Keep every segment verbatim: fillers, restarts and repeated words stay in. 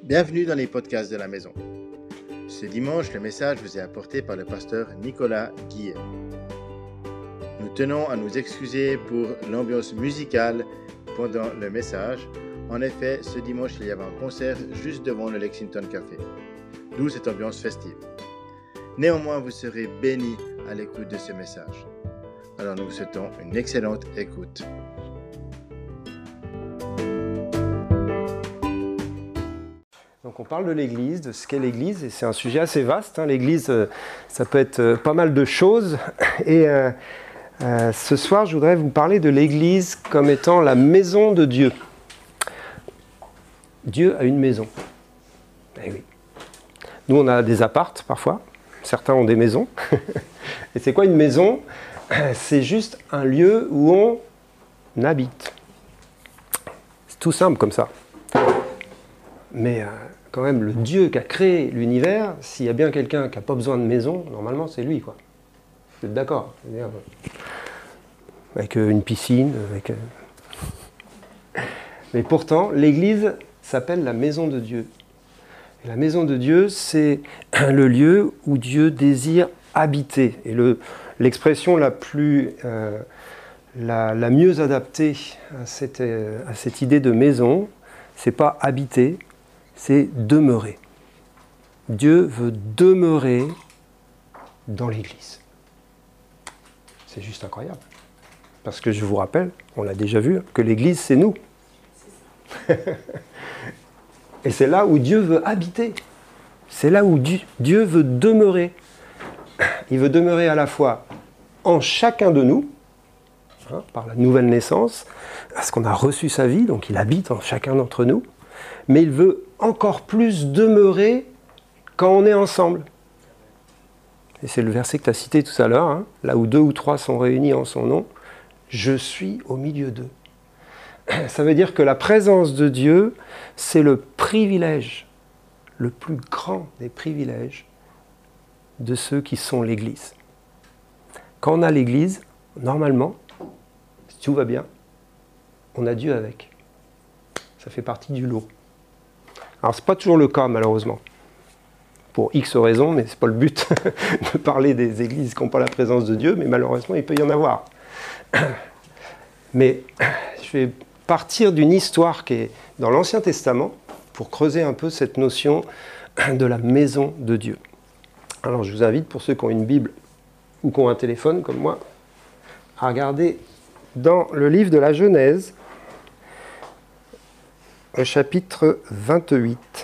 Bienvenue dans les podcasts de la maison. Ce dimanche, le message vous est apporté par le pasteur Nicolas Guillet. Nous tenons à nous excuser pour l'ambiance musicale pendant le message. En effet, ce dimanche, il y avait un concert juste devant le Lexington Café, d'où cette ambiance festive. Néanmoins, vous serez bénis à l'écoute de ce message. Alors nous vous souhaitons une excellente écoute. Donc on parle de l'Église, de ce qu'est l'Église, et c'est un sujet assez vaste. Hein. L'Église, euh, ça peut être euh, pas mal de choses. Et euh, euh, ce soir, je voudrais vous parler de l'Église comme étant la maison de Dieu. Dieu a une maison. Eh oui. Nous, on a des appartes parfois. Certains ont des maisons. Et c'est quoi une maison? C'est juste un lieu où on habite. C'est tout simple comme ça. Mais euh, quand même, le Dieu qui a créé l'univers, s'il y a bien quelqu'un qui n'a pas besoin de maison, normalement c'est lui, quoi. Vous êtes d'accord? euh, Avec euh, une piscine, avec... Euh... Mais pourtant, l'Église s'appelle la maison de Dieu. Et la maison de Dieu, c'est le lieu où Dieu désire habiter. Et le, l'expression la plus... Euh, la, la mieux adaptée à cette, euh, à cette idée de maison, c'est pas habiter, c'est demeurer. Dieu veut demeurer dans l'Église. C'est juste incroyable. Parce que je vous rappelle, on l'a déjà vu, que l'Église, c'est nous. Et c'est là où Dieu veut habiter. C'est là où Dieu veut demeurer. Il veut demeurer à la fois en chacun de nous, hein, par la nouvelle naissance, parce qu'on a reçu sa vie, donc il habite en chacun d'entre nous, mais il veut encore plus demeurer quand on est ensemble. Et c'est le verset que tu as cité tout à l'heure, hein, là où deux ou trois sont réunis en son nom, je suis au milieu d'eux. Ça veut dire que la présence de Dieu, c'est le privilège, le plus grand des privilèges de ceux qui sont l'Église. Quand on a l'Église, normalement, si tout va bien, on a Dieu avec. Ça fait partie du lot. Alors, ce n'est pas toujours le cas, malheureusement. Pour X raisons, mais ce n'est pas le but de parler des églises qui n'ont pas la présence de Dieu, mais malheureusement, il peut y en avoir. Mais je vais partir d'une histoire qui est dans l'Ancien Testament pour creuser un peu cette notion de la maison de Dieu. Alors, je vous invite, pour ceux qui ont une Bible ou qui ont un téléphone, comme moi, à regarder dans le livre de la Genèse, au chapitre vingt-huit.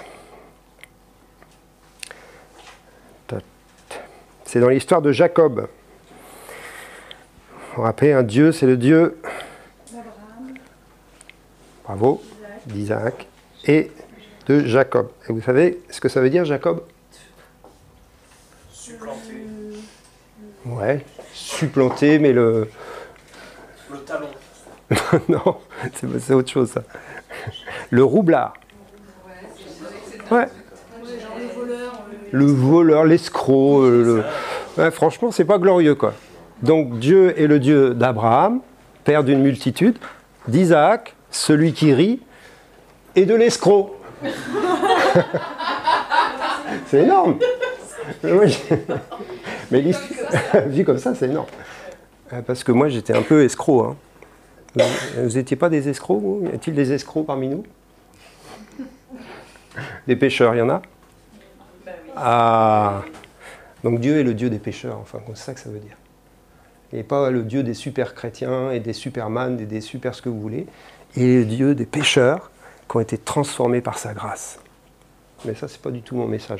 C'est dans l'histoire de Jacob. Vous vous rappelez, un Dieu, c'est le Dieu d'Abraham. Bravo, d'Isaac et de Jacob. Et vous savez ce que ça veut dire, Jacob? Supplanté. Ouais, supplanté, mais le... Le talon. Non, c'est, c'est autre chose, ça. Le roublard. Ouais. Le voleur, l'escroc. Le... Ouais, franchement, c'est pas glorieux, quoi. Donc, Dieu est le Dieu d'Abraham, père d'une multitude, d'Isaac, celui qui rit, et de l'escroc. C'est énorme. Mais vu comme ça, c'est énorme. Parce que moi, j'étais un peu escroc. Hein. Vous n'étiez pas des escrocs, vous? Y a-t-il des escrocs parmi nous? Des pécheurs, il y en a? Ah, donc Dieu est le Dieu des pécheurs, enfin, c'est ça que ça veut dire. Il n'est pas le Dieu des super chrétiens et des superman et des super ce que vous voulez. Il est le Dieu des pécheurs qui ont été transformés par sa grâce. Mais ça, c'est pas du tout mon message.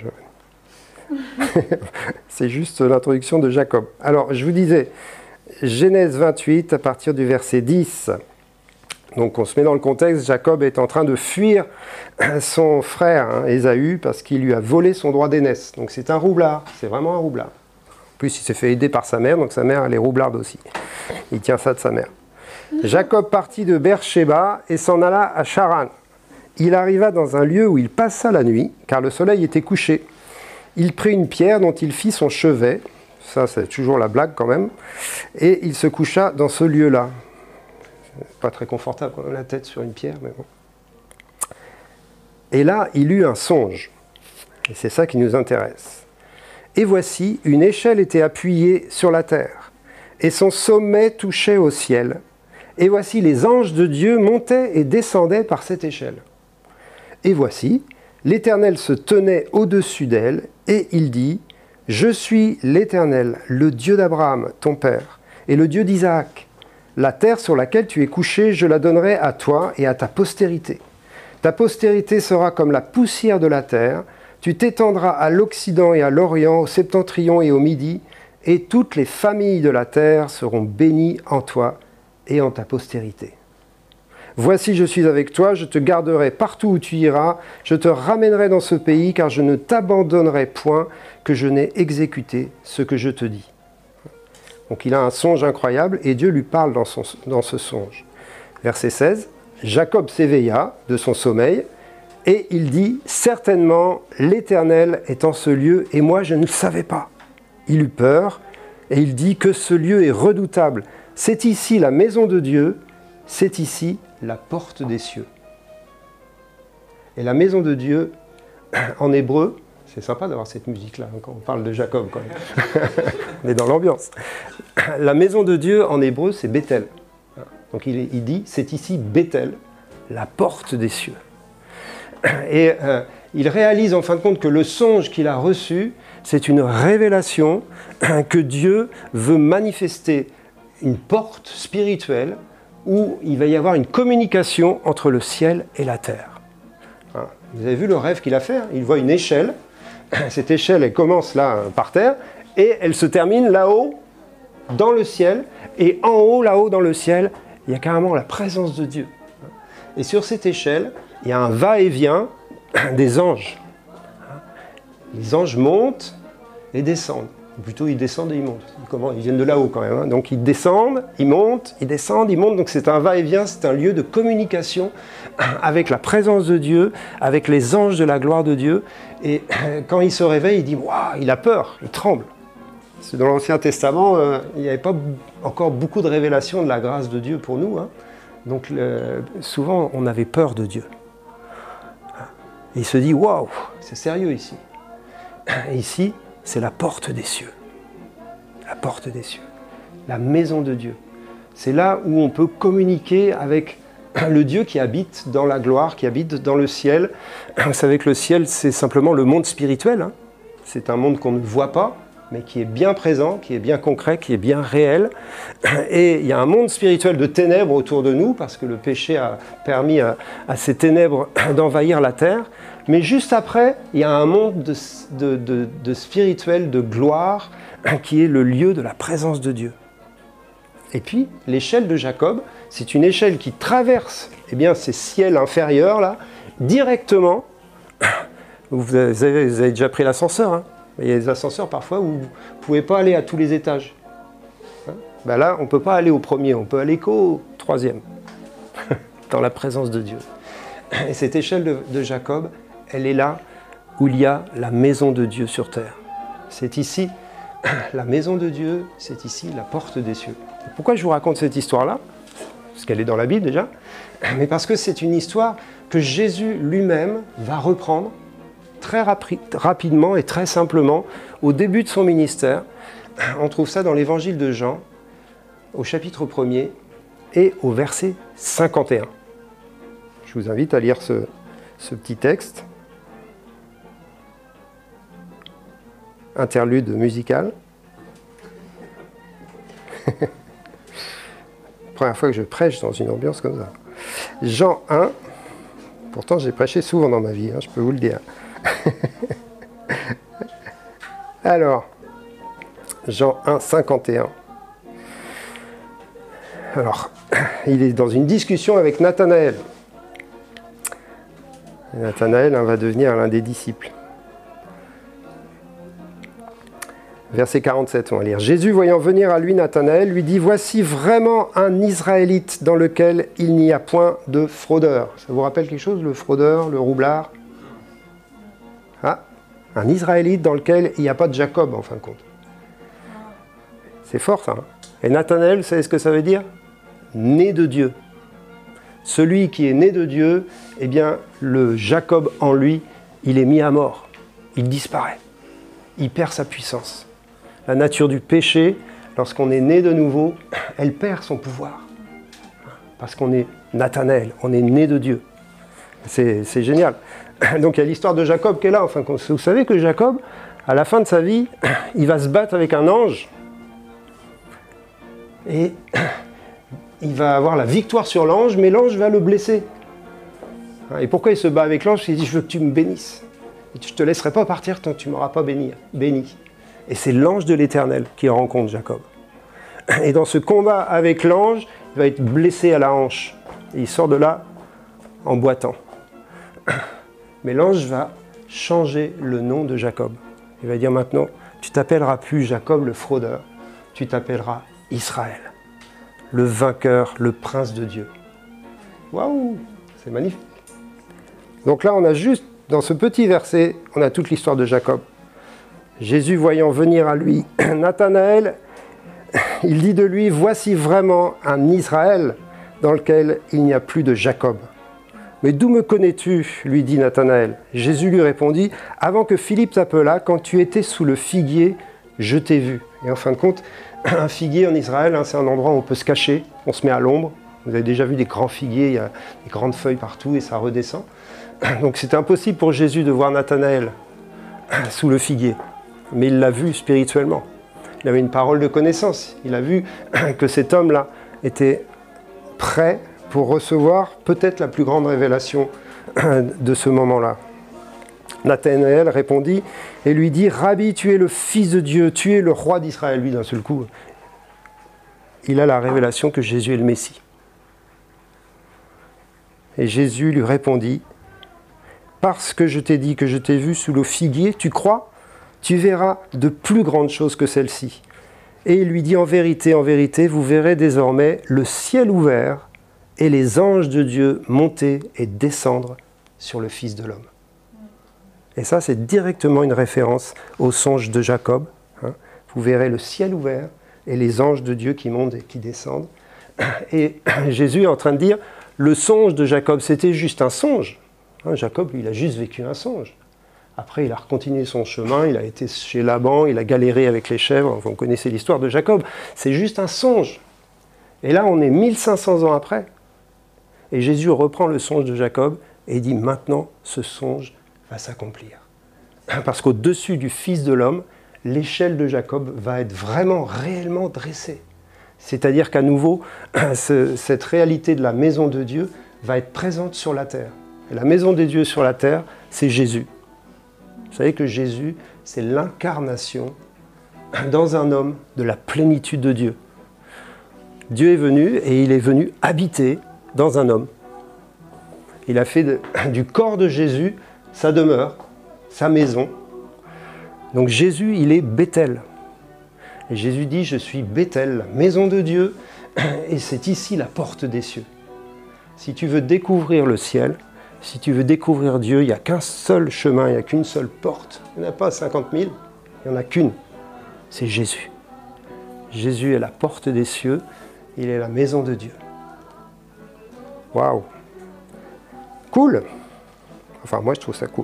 C'est juste l'introduction de Jacob. Alors, je vous disais, Genèse vingt-huit, à partir du verset dix. Donc, on se met dans le contexte, Jacob est en train de fuir son frère, hein, Ésaü, parce qu'il lui a volé son droit d'aînesse. Donc, c'est un roublard, c'est vraiment un roublard. En plus, il s'est fait aider par sa mère, donc sa mère, elle est roublarde aussi. Il tient ça de sa mère. Jacob partit de Beersheba et s'en alla à Charan. Il arriva dans un lieu où il passa la nuit, car le soleil était couché. Il prit une pierre dont il fit son chevet, ça c'est toujours la blague quand même, et il se coucha dans ce lieu-là. Pas très confortable, on a la tête sur une pierre, mais bon. Et là, il eut un songe. Et c'est ça qui nous intéresse. Et voici, une échelle était appuyée sur la terre, et son sommet touchait au ciel. Et voici, les anges de Dieu montaient et descendaient par cette échelle. Et voici, l'Éternel se tenait au-dessus d'elle, et il dit, « Je suis l'Éternel, le Dieu d'Abraham, ton père, et le Dieu d'Isaac. La terre sur laquelle tu es couché, je la donnerai à toi et à ta postérité. Ta postérité sera comme la poussière de la terre, tu t'étendras à l'Occident et à l'Orient, au Septentrion et au Midi, et toutes les familles de la terre seront bénies en toi et en ta postérité. Voici, je suis avec toi, je te garderai partout où tu iras, je te ramènerai dans ce pays, car je ne t'abandonnerai point, que je n'ai exécuté ce que je te dis. » Donc il a un songe incroyable, et Dieu lui parle dans, son, dans ce songe. Verset seize, « Jacob s'éveilla de son sommeil, et il dit, « Certainement, l'Éternel est en ce lieu, et moi je ne le savais pas. » Il eut peur, et il dit que ce lieu est redoutable. C'est ici la maison de Dieu, c'est ici la porte des cieux. Et la maison de Dieu, en hébreu, c'est sympa d'avoir cette musique-là, quand on parle de Jacob quand même. On est dans l'ambiance. La maison de Dieu, en hébreu, c'est Bethel. Donc il, il dit, c'est ici Bethel, la porte des cieux. Et euh, il réalise en fin de compte que le songe qu'il a reçu, c'est une révélation que Dieu veut manifester une porte spirituelle où il va y avoir une communication entre le ciel et la terre. Vous avez vu le rêve qu'il a fait? Il voit une échelle. Cette échelle, elle commence là, par terre, et elle se termine là-haut, dans le ciel. Et en haut, là-haut, dans le ciel, il y a carrément la présence de Dieu. Et sur cette échelle, il y a un va-et-vient des anges. Les anges montent et descendent. Ou plutôt, ils descendent et ils montent. Comment? Ils viennent de là-haut quand même. Hein. Donc, ils descendent, ils montent, ils descendent, ils montent. Donc, c'est un va-et-vient, c'est un lieu de communication avec la présence de Dieu, avec les anges de la gloire de Dieu. Et quand il se réveille, il dit « Waouh !» Il a peur, il tremble. Parce que dans l'Ancien Testament, euh, il n'y avait pas encore beaucoup de révélations de la grâce de Dieu pour nous. Hein. Donc, le, souvent, on avait peur de Dieu. Et il se dit « Waouh, c'est sérieux ici. » Et ici, c'est la porte des cieux. La porte des cieux. La maison de Dieu. C'est là où on peut communiquer avec le Dieu qui habite dans la gloire, qui habite dans le ciel. Vous savez que le ciel, c'est simplement le monde spirituel. Hein. C'est un monde qu'on ne voit pas, mais qui est bien présent, qui est bien concret, qui est bien réel. Et il y a un monde spirituel de ténèbres autour de nous, parce que le péché a permis à, à ces ténèbres d'envahir la terre. Mais juste après, il y a un monde de, de, de, de spirituel, de gloire, qui est le lieu de la présence de Dieu. Et puis, l'échelle de Jacob, c'est une échelle qui traverse eh bien, ces ciels inférieurs, là, directement. Vous avez, vous avez déjà pris l'ascenseur, hein. Il y a des ascenseurs parfois où vous ne pouvez pas aller à tous les étages. Hein, ben là, on ne peut pas aller au premier, on peut aller qu'au troisième, dans la présence de Dieu. Et cette échelle de, de Jacob, elle est là où il y a la maison de Dieu sur terre. C'est ici la maison de Dieu, c'est ici la porte des cieux. Pourquoi je vous raconte cette histoire-là? Parce qu'elle est dans la Bible déjà, mais parce que c'est une histoire que Jésus lui-même va reprendre très rapi- rapidement et très simplement au début de son ministère. On trouve ça dans l'évangile de Jean, au chapitre premier et au verset cinquante et un. Je vous invite à lire ce, ce petit texte. Interlude musical. Première fois que je prêche dans une ambiance comme ça. Jean un, pourtant j'ai prêché souvent dans ma vie, hein, je peux vous le dire. Alors, Jean un, cinquante et un. Alors, il est dans une discussion avec Nathanaël. Et Nathanaël hein, va devenir l'un des disciples. Verset quarante-sept, on va lire. Jésus, voyant venir à lui Nathanaël, lui dit « Voici vraiment un Israélite dans lequel il n'y a point de fraudeur. » Ça vous rappelle quelque chose, le fraudeur, le roublard? Ah, un Israélite dans lequel il n'y a pas de Jacob, en fin de compte. C'est fort, ça. Hein. Et Nathanaël, vous savez ce que ça veut dire? Né de Dieu. Celui qui est né de Dieu, eh bien, le Jacob en lui, il est mis à mort. Il disparaît. Il perd sa puissance. La nature du péché, lorsqu'on est né de nouveau, elle perd son pouvoir. Parce qu'on est Nathanaël, on est né de Dieu. C'est, c'est génial. Donc il y a l'histoire de Jacob qui est là. Enfin, vous savez que Jacob, à la fin de sa vie, il va se battre avec un ange. Et il va avoir la victoire sur l'ange, mais l'ange va le blesser. Et pourquoi il se bat avec l'ange? Parce qu'il dit, je veux que tu me bénisses. Et je ne te laisserai pas partir tant que tu ne m'auras pas béni. béni. Et c'est l'ange de l'Éternel qui rencontre Jacob. Et dans ce combat avec l'ange, il va être blessé à la hanche. Et il sort de là en boitant. Mais l'ange va changer le nom de Jacob. Il va dire maintenant, tu t'appelleras plus Jacob le fraudeur, tu t'appelleras Israël, le vainqueur, le prince de Dieu. Waouh, c'est magnifique. Donc là, on a juste, dans ce petit verset, on a toute l'histoire de Jacob. Jésus voyant venir à lui Nathanaël, il dit de lui, voici vraiment un Israël dans lequel il n'y a plus de Jacob. Mais d'où me connais-tu, lui dit Nathanaël. Jésus lui répondit, avant que Philippe t'appelât, quand tu étais sous le figuier, je t'ai vu. Et en fin de compte, un figuier en Israël, hein, c'est un endroit où on peut se cacher, on se met à l'ombre. Vous avez déjà vu des grands figuiers, il y a des grandes feuilles partout et ça redescend. Donc c'était impossible pour Jésus de voir Nathanaël sous le figuier. Mais il l'a vu spirituellement. Il avait une parole de connaissance. Il a vu que cet homme-là était prêt pour recevoir peut-être la plus grande révélation de ce moment-là. Nathanaël répondit et lui dit, Rabbi, tu es le Fils de Dieu, tu es le roi d'Israël. Lui, d'un seul coup, il a la révélation que Jésus est le Messie. Et Jésus lui répondit, parce que je t'ai dit que je t'ai vu sous le figuier, tu crois? Tu verras de plus grandes choses que celles-ci. Et il lui dit, en vérité, en vérité, vous verrez désormais le ciel ouvert et les anges de Dieu monter et descendre sur le Fils de l'homme. Et ça, c'est directement une référence au songe de Jacob. Hein. Vous verrez le ciel ouvert et les anges de Dieu qui montent et qui descendent. Et Jésus est en train de dire, le songe de Jacob, c'était juste un songe. Hein, Jacob, lui, il a juste vécu un songe. Après, il a continué son chemin, il a été chez Laban, il a galéré avec les chèvres. Enfin, vous connaissez l'histoire de Jacob. C'est juste un songe. Et là, on est mille cinq cents ans après. Et Jésus reprend le songe de Jacob et dit, maintenant, ce songe va s'accomplir. Parce qu'au-dessus du Fils de l'homme, l'échelle de Jacob va être vraiment, réellement dressée. C'est-à-dire qu'à nouveau, ce, cette réalité de la maison de Dieu va être présente sur la terre. Et la maison de Dieu sur la terre, c'est Jésus. Vous savez que Jésus, c'est l'incarnation dans un homme de la plénitude de Dieu. Dieu est venu et il est venu habiter dans un homme. Il a fait de, du corps de Jésus sa demeure, sa maison. Donc Jésus, il est Bethel. Et Jésus dit, je suis Bethel, la maison de Dieu, et c'est ici la porte des cieux. Si tu veux découvrir le ciel, si tu veux découvrir Dieu, il n'y a qu'un seul chemin, il n'y a qu'une seule porte. Il n'y en a pas cinquante mille, il n'y en a qu'une. C'est Jésus. Jésus est la porte des cieux, il est la maison de Dieu. Waouh! Cool! Enfin, moi, je trouve ça cool.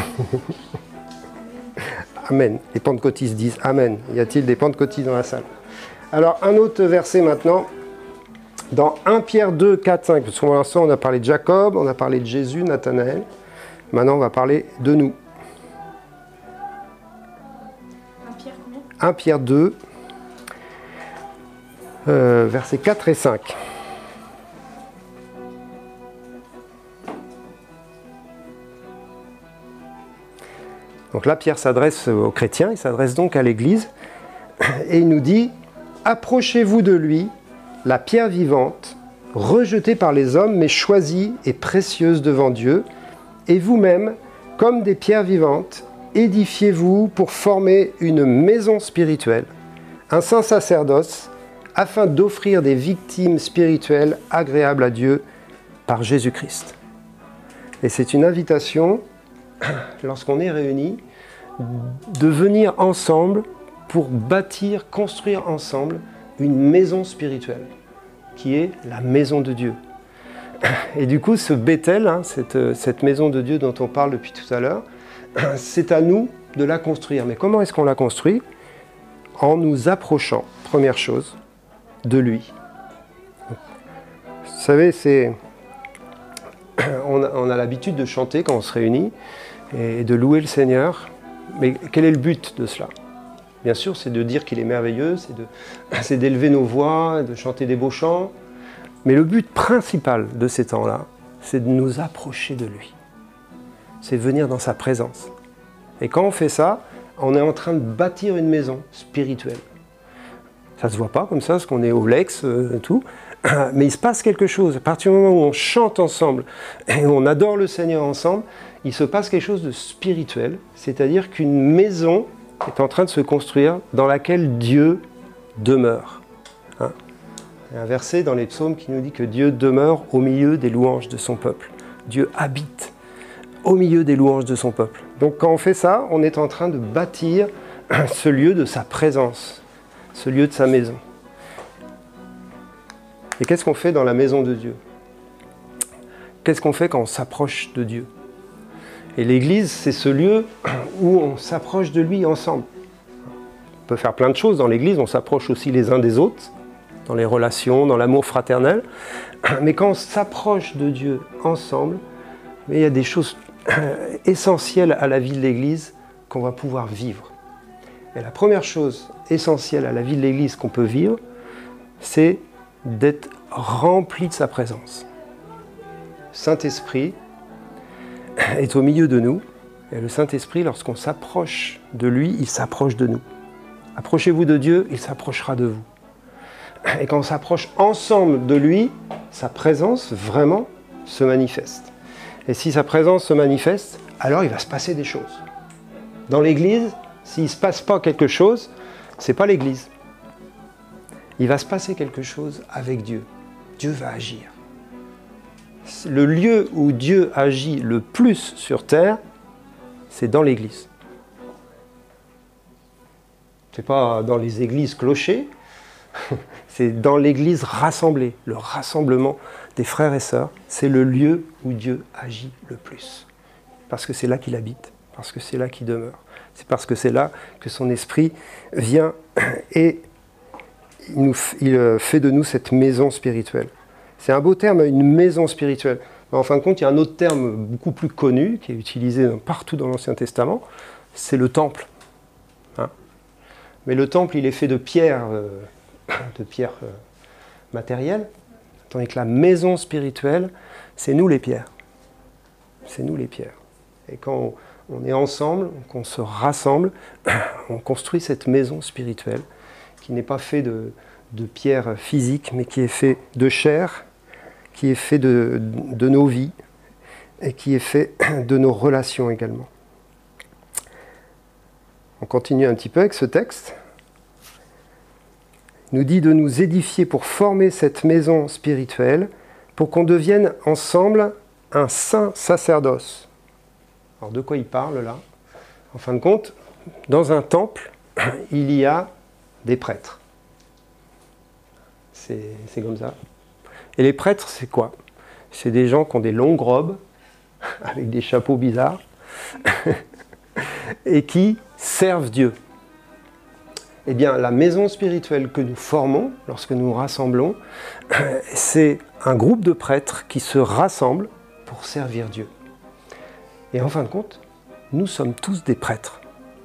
Amen. Les pentecôtistes disent Amen. Y a-t-il des pentecôtistes dans la salle? Alors, un autre verset maintenant. Dans un Pierre deux, quatre, cinq, parce que pour l'instant, on a parlé de Jacob, on a parlé de Jésus, Nathanaël. Maintenant, on va parler de nous. un Pierre combien? un Pierre deux, euh, versets quatre et cinq. Donc là, Pierre s'adresse aux chrétiens, il s'adresse donc à l'Église, et il nous dit « Approchez-vous de lui, la pierre vivante, rejetée par les hommes, mais choisie et précieuse devant Dieu, et vous-même, comme des pierres vivantes, édifiez-vous pour former une maison spirituelle, un saint sacerdoce, afin d'offrir des victimes spirituelles agréables à Dieu par Jésus-Christ. » Et c'est une invitation, lorsqu'on est réunis, de venir ensemble pour bâtir, construire ensemble une maison spirituelle, qui est la maison de Dieu. Et du coup, ce Bethel, hein, cette, cette maison de Dieu dont on parle depuis tout à l'heure, c'est à nous de la construire. Mais comment est-ce qu'on la construit? En nous approchant, première chose, de lui. Vous savez, c'est... On a, on a l'habitude de chanter quand on se réunit et de louer le Seigneur. Mais quel est le but de cela? Bien sûr, c'est de dire qu'il est merveilleux, c'est de, c'est d'élever nos voix, de chanter des beaux chants. Mais le but principal de ces temps-là, c'est de nous approcher de lui. C'est de venir dans sa présence. Et quand on fait ça, on est en train de bâtir une maison spirituelle. Ça ne se voit pas comme ça, parce qu'on est au Lex euh, et tout. Mais il se passe quelque chose. À partir du moment où on chante ensemble et où on adore le Seigneur ensemble, il se passe quelque chose de spirituel. C'est-à-dire qu'une maison est en train de se construire dans laquelle Dieu demeure. Hein? Il y a un verset dans les psaumes qui nous dit que Dieu demeure au milieu des louanges de son peuple. Dieu habite au milieu des louanges de son peuple. Donc quand on fait ça, on est en train de bâtir ce lieu de sa présence, ce lieu de sa maison. Et qu'est-ce qu'on fait dans la maison de Dieu? Qu'est-ce qu'on fait quand on s'approche de Dieu? Et l'Église, c'est ce lieu où on s'approche de lui ensemble. On peut faire plein de choses dans l'Église, on s'approche aussi les uns des autres, dans les relations, dans l'amour fraternel. Mais quand on s'approche de Dieu ensemble, il y a des choses essentielles à la vie de l'Église qu'on va pouvoir vivre. Et la première chose essentielle à la vie de l'Église qu'on peut vivre, c'est d'être rempli de sa présence. Saint-Esprit est au milieu de nous, et le Saint-Esprit, lorsqu'on s'approche de lui, il s'approche de nous. Approchez-vous de Dieu, il s'approchera de vous. Et quand on s'approche ensemble de lui, sa présence vraiment se manifeste. Et si sa présence se manifeste, alors il va se passer des choses. Dans l'Église, s'il ne se passe pas quelque chose, ce n'est pas l'Église. Il va se passer quelque chose avec Dieu. Dieu va agir. Le lieu où Dieu agit le plus sur terre, c'est dans l'Église. Ce n'est pas dans les églises clochers, c'est dans l'Église rassemblée. Le rassemblement des frères et sœurs, c'est le lieu où Dieu agit le plus. Parce que c'est là qu'il habite, parce que c'est là qu'il demeure. C'est parce que c'est là que son esprit vient et il, nous, il fait de nous cette maison spirituelle. C'est un beau terme, une maison spirituelle. En fin de compte, il y a un autre terme beaucoup plus connu, qui est utilisé partout dans l'Ancien Testament, c'est le temple. Hein? Mais le temple, il est fait de pierres, euh, de pierres euh, matérielles, tandis que la maison spirituelle, c'est nous les pierres. C'est nous les pierres. Et quand on, on est ensemble, qu'on se rassemble, on construit cette maison spirituelle qui n'est pas faite de, de pierres physiques, mais qui est faite de chair, qui est faite de, de nos vies et qui est faite de nos relations également. On continue un petit peu avec ce texte. Il nous dit de nous édifier pour former cette maison spirituelle, pour qu'on devienne ensemble un saint sacerdoce. Alors de quoi il parle là? En fin de compte, dans un temple, il y a des prêtres. C'est, c'est comme ça. Et les prêtres, c'est quoi? C'est des gens qui ont des longues robes, avec des chapeaux bizarres, et qui servent Dieu. Eh bien, la maison spirituelle que nous formons, lorsque nous nous rassemblons, c'est un groupe de prêtres qui se rassemblent pour servir Dieu. Et en fin de compte, nous sommes tous des prêtres.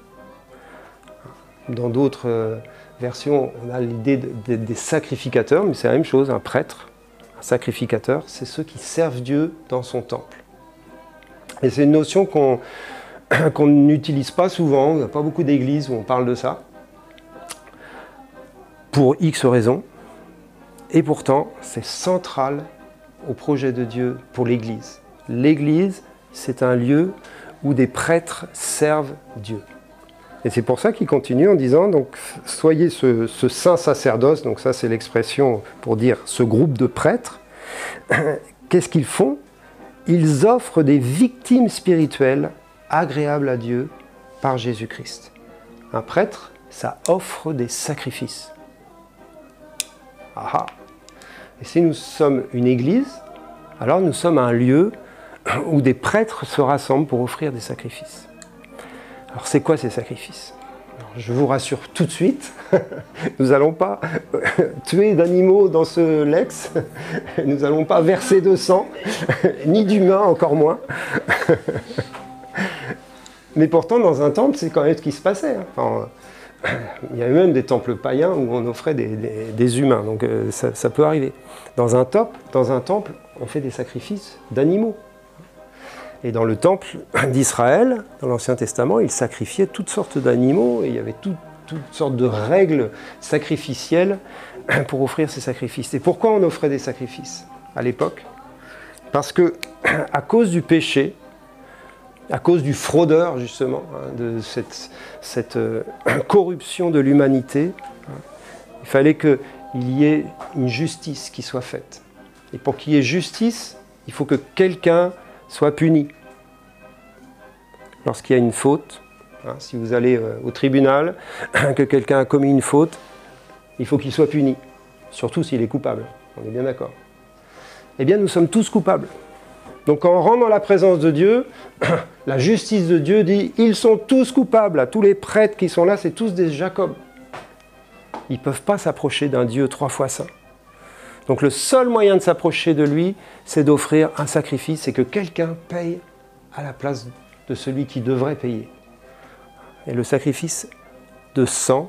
Dans d'autres euh, versions, on a l'idée de, de, des sacrificateurs, mais c'est la même chose, un prêtre, un sacrificateur, c'est ceux qui servent Dieu dans son temple. Et c'est une notion qu'on qu'on n'utilise pas souvent, il n'y a pas beaucoup d'églises où on parle de ça, pour X raisons, et pourtant c'est central au projet de Dieu pour l'Église. L'Église, c'est un lieu où des prêtres servent Dieu. Et c'est pour ça qu'il continue en disant, donc, soyez ce, ce saint sacerdoce, donc ça c'est l'expression pour dire ce groupe de prêtres. Qu'est-ce qu'ils font? Ils offrent des victimes spirituelles agréables à Dieu par Jésus-Christ. Un prêtre, ça offre des sacrifices. Ah ah. Et si nous sommes une église, alors nous sommes un lieu où des prêtres se rassemblent pour offrir des sacrifices. Alors c'est quoi ces sacrifices? Alors, je vous rassure tout de suite, nous n'allons pas tuer d'animaux dans ce lex, nous n'allons pas verser de sang, ni d'humains encore moins. Mais pourtant dans un temple c'est quand même ce qui se passait. Enfin, il y avait même des temples païens où on offrait des, des, des humains, donc euh, ça, ça peut arriver. Dans un, top, dans un temple, on fait des sacrifices d'animaux. Et dans le temple d'Israël, dans l'Ancien Testament, ils sacrifiaient toutes sortes d'animaux et il y avait tout, toutes sortes de règles sacrificielles pour offrir ces sacrifices. Et pourquoi on offrait des sacrifices à l'époque? Parce que, à cause du péché, à cause du fraudeur justement, hein, de cette, cette euh, corruption de l'humanité, hein, il fallait qu'il y ait une justice qui soit faite. Et pour qu'il y ait justice, il faut que quelqu'un soit puni. Lorsqu'il y a une faute, hein, si vous allez euh, au tribunal, que quelqu'un a commis une faute, il faut qu'il soit puni, surtout s'il est coupable, on est bien d'accord. Eh bien nous sommes tous coupables. Donc quand on rentre dans la présence de Dieu, la justice de Dieu dit « ils sont tous coupables ». Tous les prêtres qui sont là, c'est tous des Jacob. Ils ne peuvent pas s'approcher d'un Dieu trois fois saint. Donc le seul moyen de s'approcher de lui, c'est d'offrir un sacrifice, c'est que quelqu'un paye à la place de celui qui devrait payer. Et le sacrifice de sang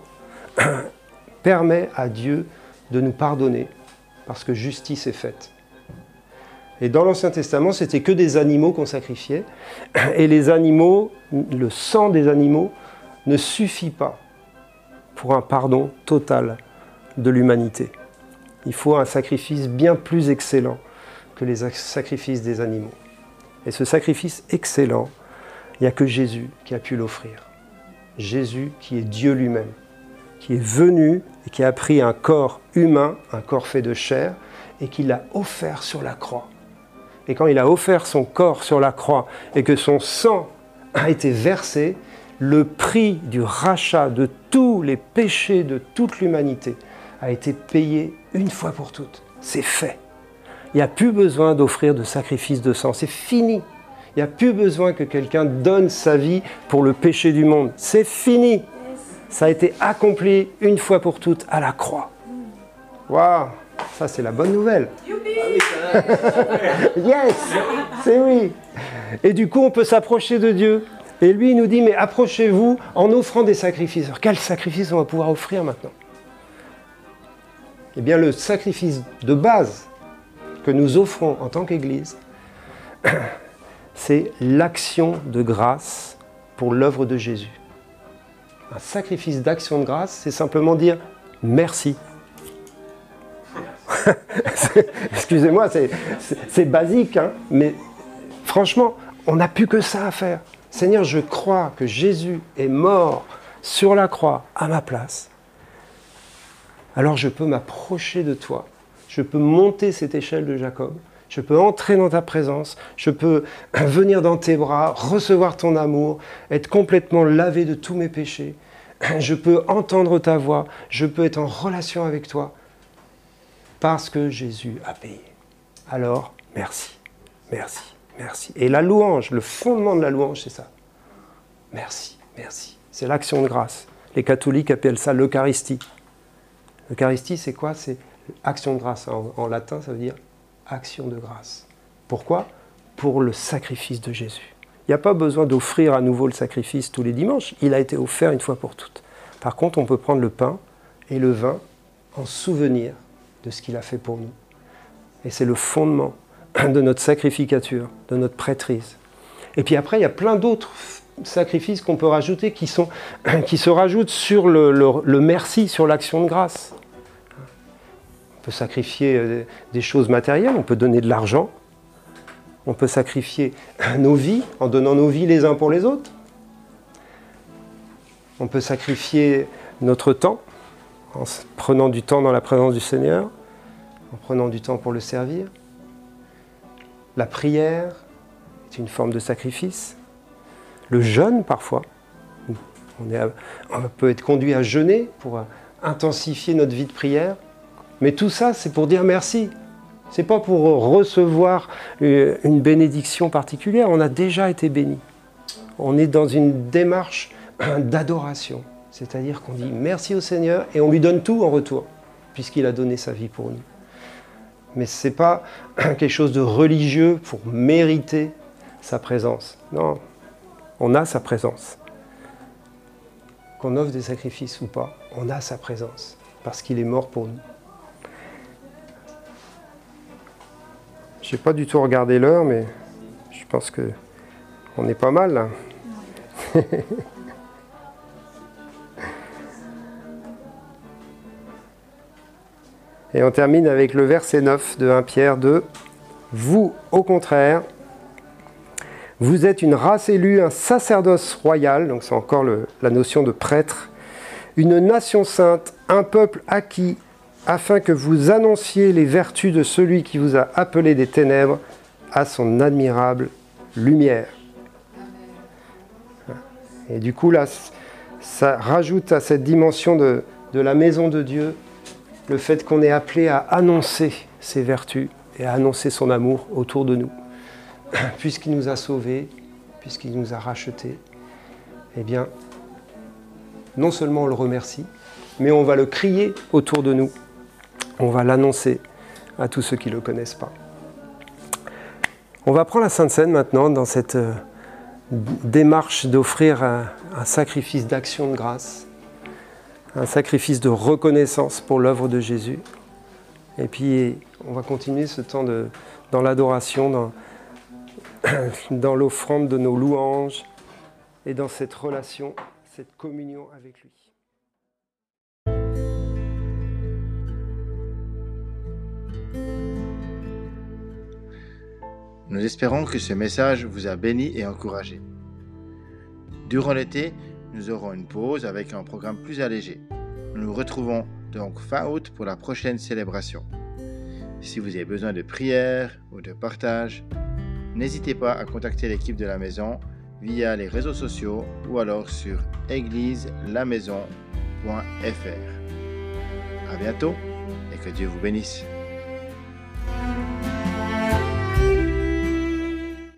permet à Dieu de nous pardonner, parce que justice est faite. Et dans l'Ancien Testament, c'était que des animaux qu'on sacrifiait. Et les animaux, le sang des animaux ne suffit pas pour un pardon total de l'humanité. Il faut un sacrifice bien plus excellent que les sacrifices des animaux. Et ce sacrifice excellent, il n'y a que Jésus qui a pu l'offrir. Jésus qui est Dieu lui-même, qui est venu et qui a pris un corps humain, un corps fait de chair, et qui l'a offert sur la croix. Et quand il a offert son corps sur la croix et que son sang a été versé, le prix du rachat de tous les péchés de toute l'humanité a été payé une fois pour toutes. C'est fait. Il n'y a plus besoin d'offrir de sacrifice de sang. C'est fini. Il n'y a plus besoin que quelqu'un donne sa vie pour le péché du monde. C'est fini. Ça a été accompli une fois pour toutes à la croix. Waouh! Ça, c'est la bonne nouvelle. Yes, c'est oui. Et du coup, on peut s'approcher de Dieu. Et lui, il nous dit, mais approchez-vous en offrant des sacrifices. Alors, quel sacrifice on va pouvoir offrir maintenant? Eh bien, le sacrifice de base que nous offrons en tant qu'Église, c'est l'action de grâce pour l'œuvre de Jésus. Un sacrifice d'action de grâce, c'est simplement dire merci. Excusez-moi, c'est basique, hein, mais franchement, on n'a plus que ça à faire. Seigneur, je crois que Jésus est mort sur la croix à ma place. Alors je peux m'approcher de toi, je peux monter cette échelle de Jacob, je peux entrer dans ta présence, je peux venir dans tes bras, recevoir ton amour, être complètement lavé de tous mes péchés. Je peux entendre ta voix, je peux être en relation avec toi. Parce que Jésus a payé. Alors, merci, merci, merci. Et la louange, le fondement de la louange, c'est ça. Merci, merci. C'est l'action de grâce. Les catholiques appellent ça l'Eucharistie. L'Eucharistie, c'est quoi? C'est action de grâce. En, en latin, ça veut dire action de grâce. Pourquoi? Pour le sacrifice de Jésus. Il n'y a pas besoin d'offrir à nouveau le sacrifice tous les dimanches. Il a été offert une fois pour toutes. Par contre, on peut prendre le pain et le vin en souvenir de ce qu'il a fait pour nous. Et c'est le fondement de notre sacrificature, de notre prêtrise. Et puis après, il y a plein d'autres sacrifices qu'on peut rajouter qui, sont, qui se rajoutent sur le, le, le merci, sur l'action de grâce. On peut sacrifier des choses matérielles, on peut donner de l'argent, on peut sacrifier nos vies en donnant nos vies les uns pour les autres. On peut sacrifier notre temps, en prenant du temps dans la présence du Seigneur, en prenant du temps pour le servir. La prière est une forme de sacrifice. Le jeûne, parfois. On, est à, on peut être conduit à jeûner pour intensifier notre vie de prière. Mais tout ça, c'est pour dire merci. Ce n'est pas pour recevoir une bénédiction particulière, on a déjà été béni. On est dans une démarche d'adoration, c'est-à-dire qu'on dit merci au Seigneur et on lui donne tout en retour, puisqu'il a donné sa vie pour nous. Mais ce n'est pas quelque chose de religieux pour mériter sa présence. Non, on a sa présence. Qu'on offre des sacrifices ou pas, on a sa présence, parce qu'il est mort pour nous. Je n'ai pas du tout regardé l'heure, mais je pense qu'on est pas mal là. Et on termine avec le verset neuf de premier Pierre deux. « Vous, au contraire, vous êtes une race élue, un sacerdoce royal, donc c'est encore le, la notion de prêtre, une nation sainte, un peuple acquis, afin que vous annonciez les vertus de celui qui vous a appelé des ténèbres à son admirable lumière. » Et du coup, là, ça rajoute à cette dimension de, de la maison de Dieu le fait qu'on est appelé à annoncer ses vertus et à annoncer son amour autour de nous. Puisqu'il nous a sauvés, puisqu'il nous a rachetés, eh bien, non seulement on le remercie, mais on va le crier autour de nous. On va l'annoncer à tous ceux qui ne le connaissent pas. On va prendre la Sainte Seine maintenant dans cette euh, démarche d'offrir un, un sacrifice d'action de grâce, un sacrifice de reconnaissance pour l'œuvre de Jésus. Et puis on va continuer ce temps de, dans l'adoration, dans, dans l'offrande de nos louanges et dans cette relation, cette communion avec lui. Nous espérons que ce message vous a béni et encouragé. Durant l'été, nous aurons une pause avec un programme plus allégé. Nous nous retrouvons donc fin août pour la prochaine célébration. Si vous avez besoin de prière ou de partage, n'hésitez pas à contacter l'équipe de la maison via les réseaux sociaux ou alors sur église la maison point f r. À bientôt et que Dieu vous bénisse.